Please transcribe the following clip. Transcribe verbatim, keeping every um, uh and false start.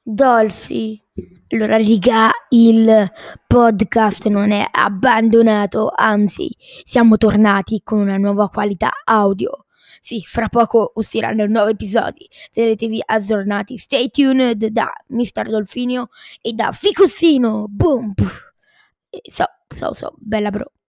Dolfi. Allora, riga, il podcast non è abbandonato, anzi, siamo tornati con una nuova qualità audio. Sì, fra poco usciranno nuovi episodi. Tenetevi aggiornati. Stay tuned da mister Dolfinio e da Ficusino. Boom! Puff. Eh, So, so, so, bella bro.